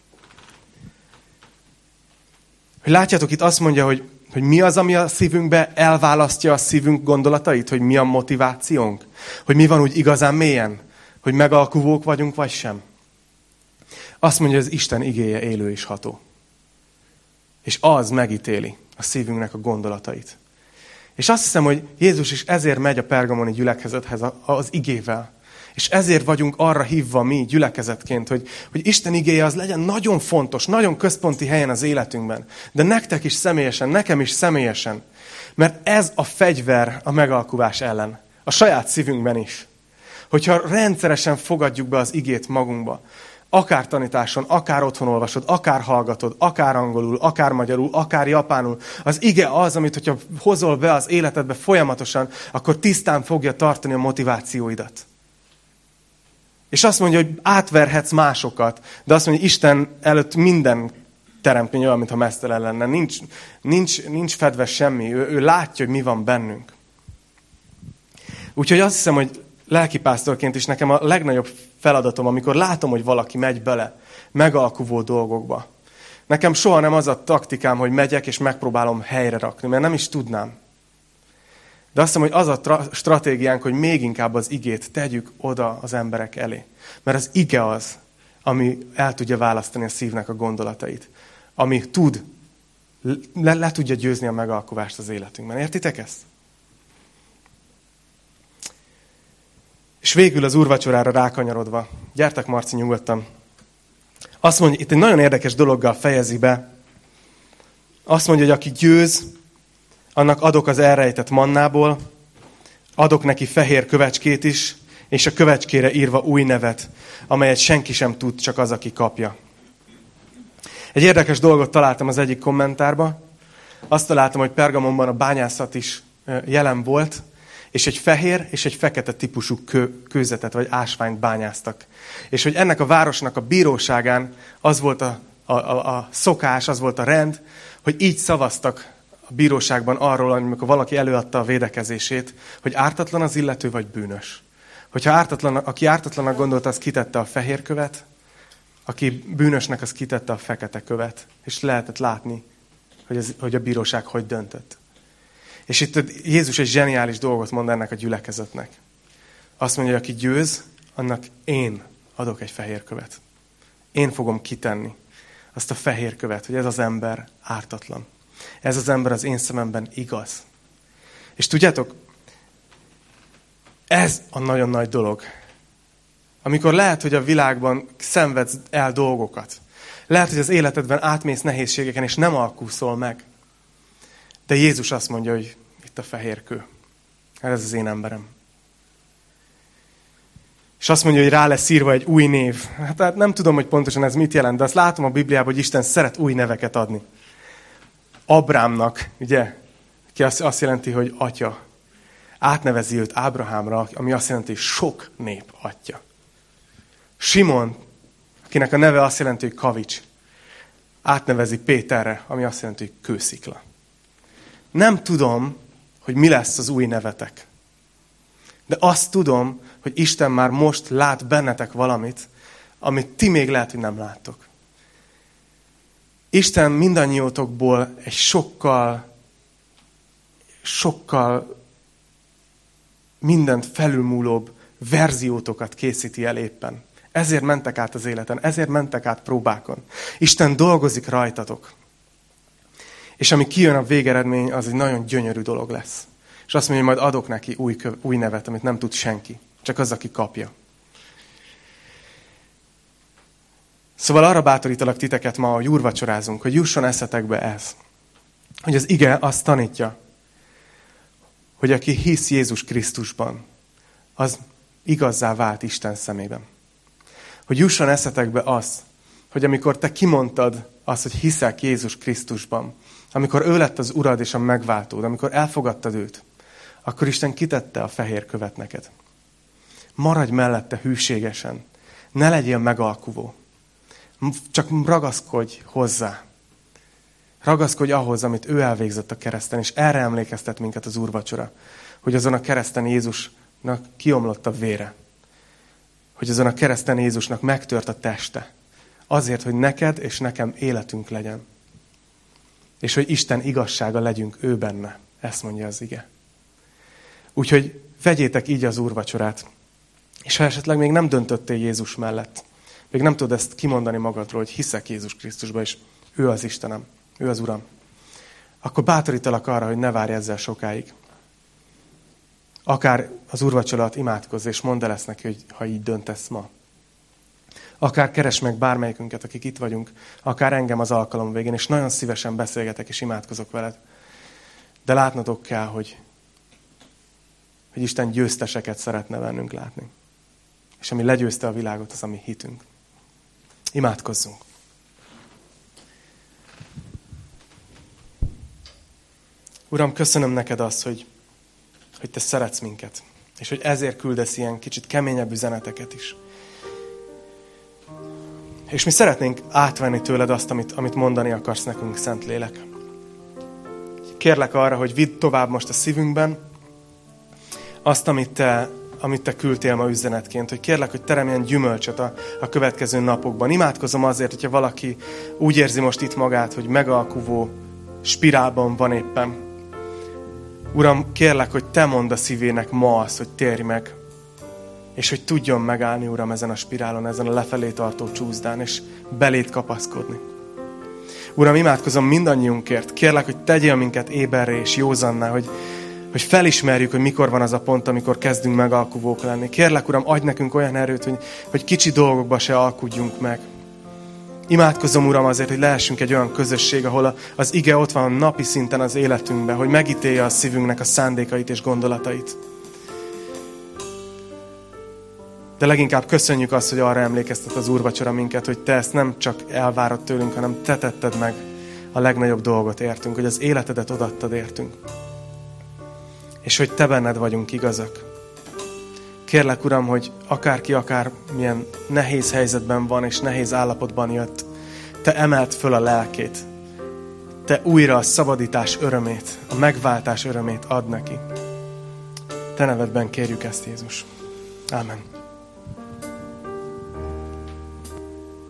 Hogy látjátok, itt azt mondja, hogy mi az, ami a szívünkbe elválasztja a szívünk gondolatait, hogy mi a motivációnk, hogy mi van úgy igazán mélyen, hogy megalkuvók vagyunk, vagy sem. Azt mondja, hogy az Isten igéje élő és ható. És az megítéli a szívünknek a gondolatait. És azt hiszem, hogy Jézus is ezért megy a pergamoni gyülekezethez az igével. És ezért vagyunk arra hívva mi gyülekezetként, hogy Isten igéje az legyen nagyon fontos, nagyon központi helyen az életünkben. De nektek is személyesen, nekem is személyesen. Mert ez a fegyver a megalkuvás ellen. A saját szívünkben is. Hogyha rendszeresen fogadjuk be az igét magunkba, akár tanításon, akár otthon olvasod, akár hallgatod, akár angolul, akár magyarul, akár japánul. Az ige az, amit hogyha hozol be az életedbe folyamatosan, akkor tisztán fogja tartani a motivációidat. És azt mondja, hogy átverhetsz másokat, de azt mondja, hogy Isten előtt minden teremtmény olyan, mintha meztelen lenne. Nincs fedve semmi. Ő látja, hogy mi van bennünk. Úgyhogy azt hiszem, hogy lelkipásztorként is nekem a legnagyobb feladatom, amikor látom, hogy valaki megy bele megalkuvó dolgokba. Nekem soha nem az a taktikám, hogy megyek és megpróbálom helyre rakni, mert nem is tudnám. De azt hiszem, hogy az a stratégiánk, hogy még inkább az igét tegyük oda az emberek elé. Mert az ige az, ami el tudja választani a szívnek a gondolatait. Ami le tudja győzni a megalkuvást az életünkben. Értitek ezt? És végül az úrvacsorára rákanyarodva. Gyertek, Marci, nyugodtan. Azt mondja, itt egy nagyon érdekes dologgal fejezi be. Azt mondja, hogy aki győz, annak adok az elrejtett mannából, adok neki fehér kövecskét is, és a kövecskére írva új nevet, amelyet senki sem tud, csak az, aki kapja. Egy érdekes dolgot találtam az egyik kommentárba. Azt találtam, hogy Pergamonban a bányászat is jelen volt, és egy fehér és egy fekete típusú kőzetet vagy ásványt bányáztak. És hogy ennek a városnak a bíróságán az volt a szokás, az volt a rend, hogy így szavaztak a bíróságban arról, amikor valaki előadta a védekezését, hogy ártatlan az illető vagy bűnös. Hogyha aki ártatlanak gondolta, az kitette a fehér követ, aki bűnösnek, az kitette a fekete követ. És lehetett látni, hogy a bíróság hogy döntött. És itt Jézus egy zseniális dolgot mond ennek a gyülekezetnek. Azt mondja, hogy aki győz, annak én adok egy fehér követ. Én fogom kitenni azt a fehér követ, hogy ez az ember ártatlan. Ez az ember az én szememben igaz. És tudjátok, ez a nagyon nagy dolog. Amikor lehet, hogy a világban szenvedsz el dolgokat. Lehet, hogy az életedben átmész nehézségeken, és nem alkuszol meg. De Jézus azt mondja, hogy itt a fehér kő. Ez az én emberem. És azt mondja, hogy rá lesz írva egy új név. Hát nem tudom, hogy pontosan ez mit jelent, de azt látom a Bibliában, hogy Isten szeret új neveket adni. Abrámnak, ugye, ki azt jelenti, hogy atya. Átnevezi őt Ábrahámra, ami azt jelenti, hogy sok nép atya. Simon, akinek a neve azt jelenti, hogy kavics. Átnevezi Péterre, ami azt jelenti, hogy kőszikla. Nem tudom, hogy mi lesz az új nevetek. De azt tudom, hogy Isten már most lát bennetek valamit, amit ti még lehet, hogy nem láttok. Isten mindannyiótokból egy sokkal mindent felülmúlóbb verziótokat készíti el éppen. Ezért mentek át az életen, ezért mentek át próbákon. Isten dolgozik rajtatok. És ami kijön a végeredmény, az egy nagyon gyönyörű dolog lesz. És azt mondja, hogy majd adok neki új nevet, amit nem tud senki. Csak az, aki kapja. Szóval arra bátorítalak titeket ma, hogy úrvacsorázunk, hogy jusson eszetekbe ez. Hogy az ige azt tanítja, hogy aki hisz Jézus Krisztusban, az igazzá vált Isten szemében. Hogy jusson eszetekbe az, hogy amikor te kimondtad azt, hogy hiszek Jézus Krisztusban, amikor ő lett az urad és a megváltód, amikor elfogadtad őt, akkor Isten kitette a fehér követ neked. Maradj mellette hűségesen, ne legyél megalkuvó. Csak ragaszkodj hozzá. Ragaszkodj ahhoz, amit ő elvégzett a kereszten, és erre emlékeztet minket az úrvacsora, hogy azon a kereszten Jézusnak kiomlott a vére. Hogy azon a kereszten Jézusnak megtört a teste. Azért, hogy neked és nekem életünk legyen. És hogy Isten igazsága legyünk ő benne. Ezt mondja az ige. Úgyhogy vegyétek így az úrvacsorát. És ha esetleg még nem döntöttél Jézus mellett, még nem tudod ezt kimondani magadról, hogy hiszek Jézus Krisztusba, és ő az Istenem, ő az Uram, akkor bátorítalak arra, hogy ne várj ezzel sokáig. Akár az úrvacsora alatt imádkozz, és mondd el ezt neki, hogy ha így döntesz ma. Akár keresd meg bármelyikünket, akik itt vagyunk, akár engem az alkalom végén, és nagyon szívesen beszélgetek és imádkozok veled. De látnotok kell, hogy Isten győzteseket szeretne bennünk látni. És ami legyőzte a világot, az a mi hitünk. Imádkozzunk. Uram, köszönöm neked azt, hogy te szeretsz minket, és hogy ezért küldesz ilyen kicsit keményebb üzeneteket is. És mi szeretnénk átvenni tőled azt, amit mondani akarsz nekünk, Szentlélek. Kérlek arra, hogy vidd tovább most a szívünkben azt, amit te küldtél ma üzenetként, hogy kérlek, hogy teremjen gyümölcsöt a következő napokban. Imádkozom azért, hogyha valaki úgy érzi most itt magát, hogy megalkuvó spirálban van éppen. Uram, kérlek, hogy te mondd a szívének ma azt, hogy térj meg, és hogy tudjon megállni, Uram, ezen a spirálon, ezen a lefelé tartó csúszdán, és beléd kapaszkodni. Uram, imádkozom mindannyiunkért. Kérlek, hogy tegyél minket éberré és józanná, hogy felismerjük, hogy mikor van az a pont, amikor kezdünk megalkuvók lenni. Kérlek, Uram, adj nekünk olyan erőt, hogy kicsi dolgokba se alkudjunk meg. Imádkozom, Uram, azért, hogy lehessünk egy olyan közösség, ahol az ige ott van napi szinten az életünkben, hogy megítélje a szívünknek a szándékait és gondolatait. De leginkább köszönjük azt, hogy arra emlékeztet az úrvacsora minket, hogy te ezt nem csak elvárod tőlünk, hanem te tetted meg a legnagyobb dolgot értünk, hogy az életedet odaadtad értünk. És hogy te benned vagyunk igazak. Kérlek, Uram, hogy akárki akár milyen nehéz helyzetben van és nehéz állapotban jött, te emeld föl a lelkét. Te újra a szabadítás örömét, a megváltás örömét add neki. Te nevedben kérjük ezt, Jézus. Ámen.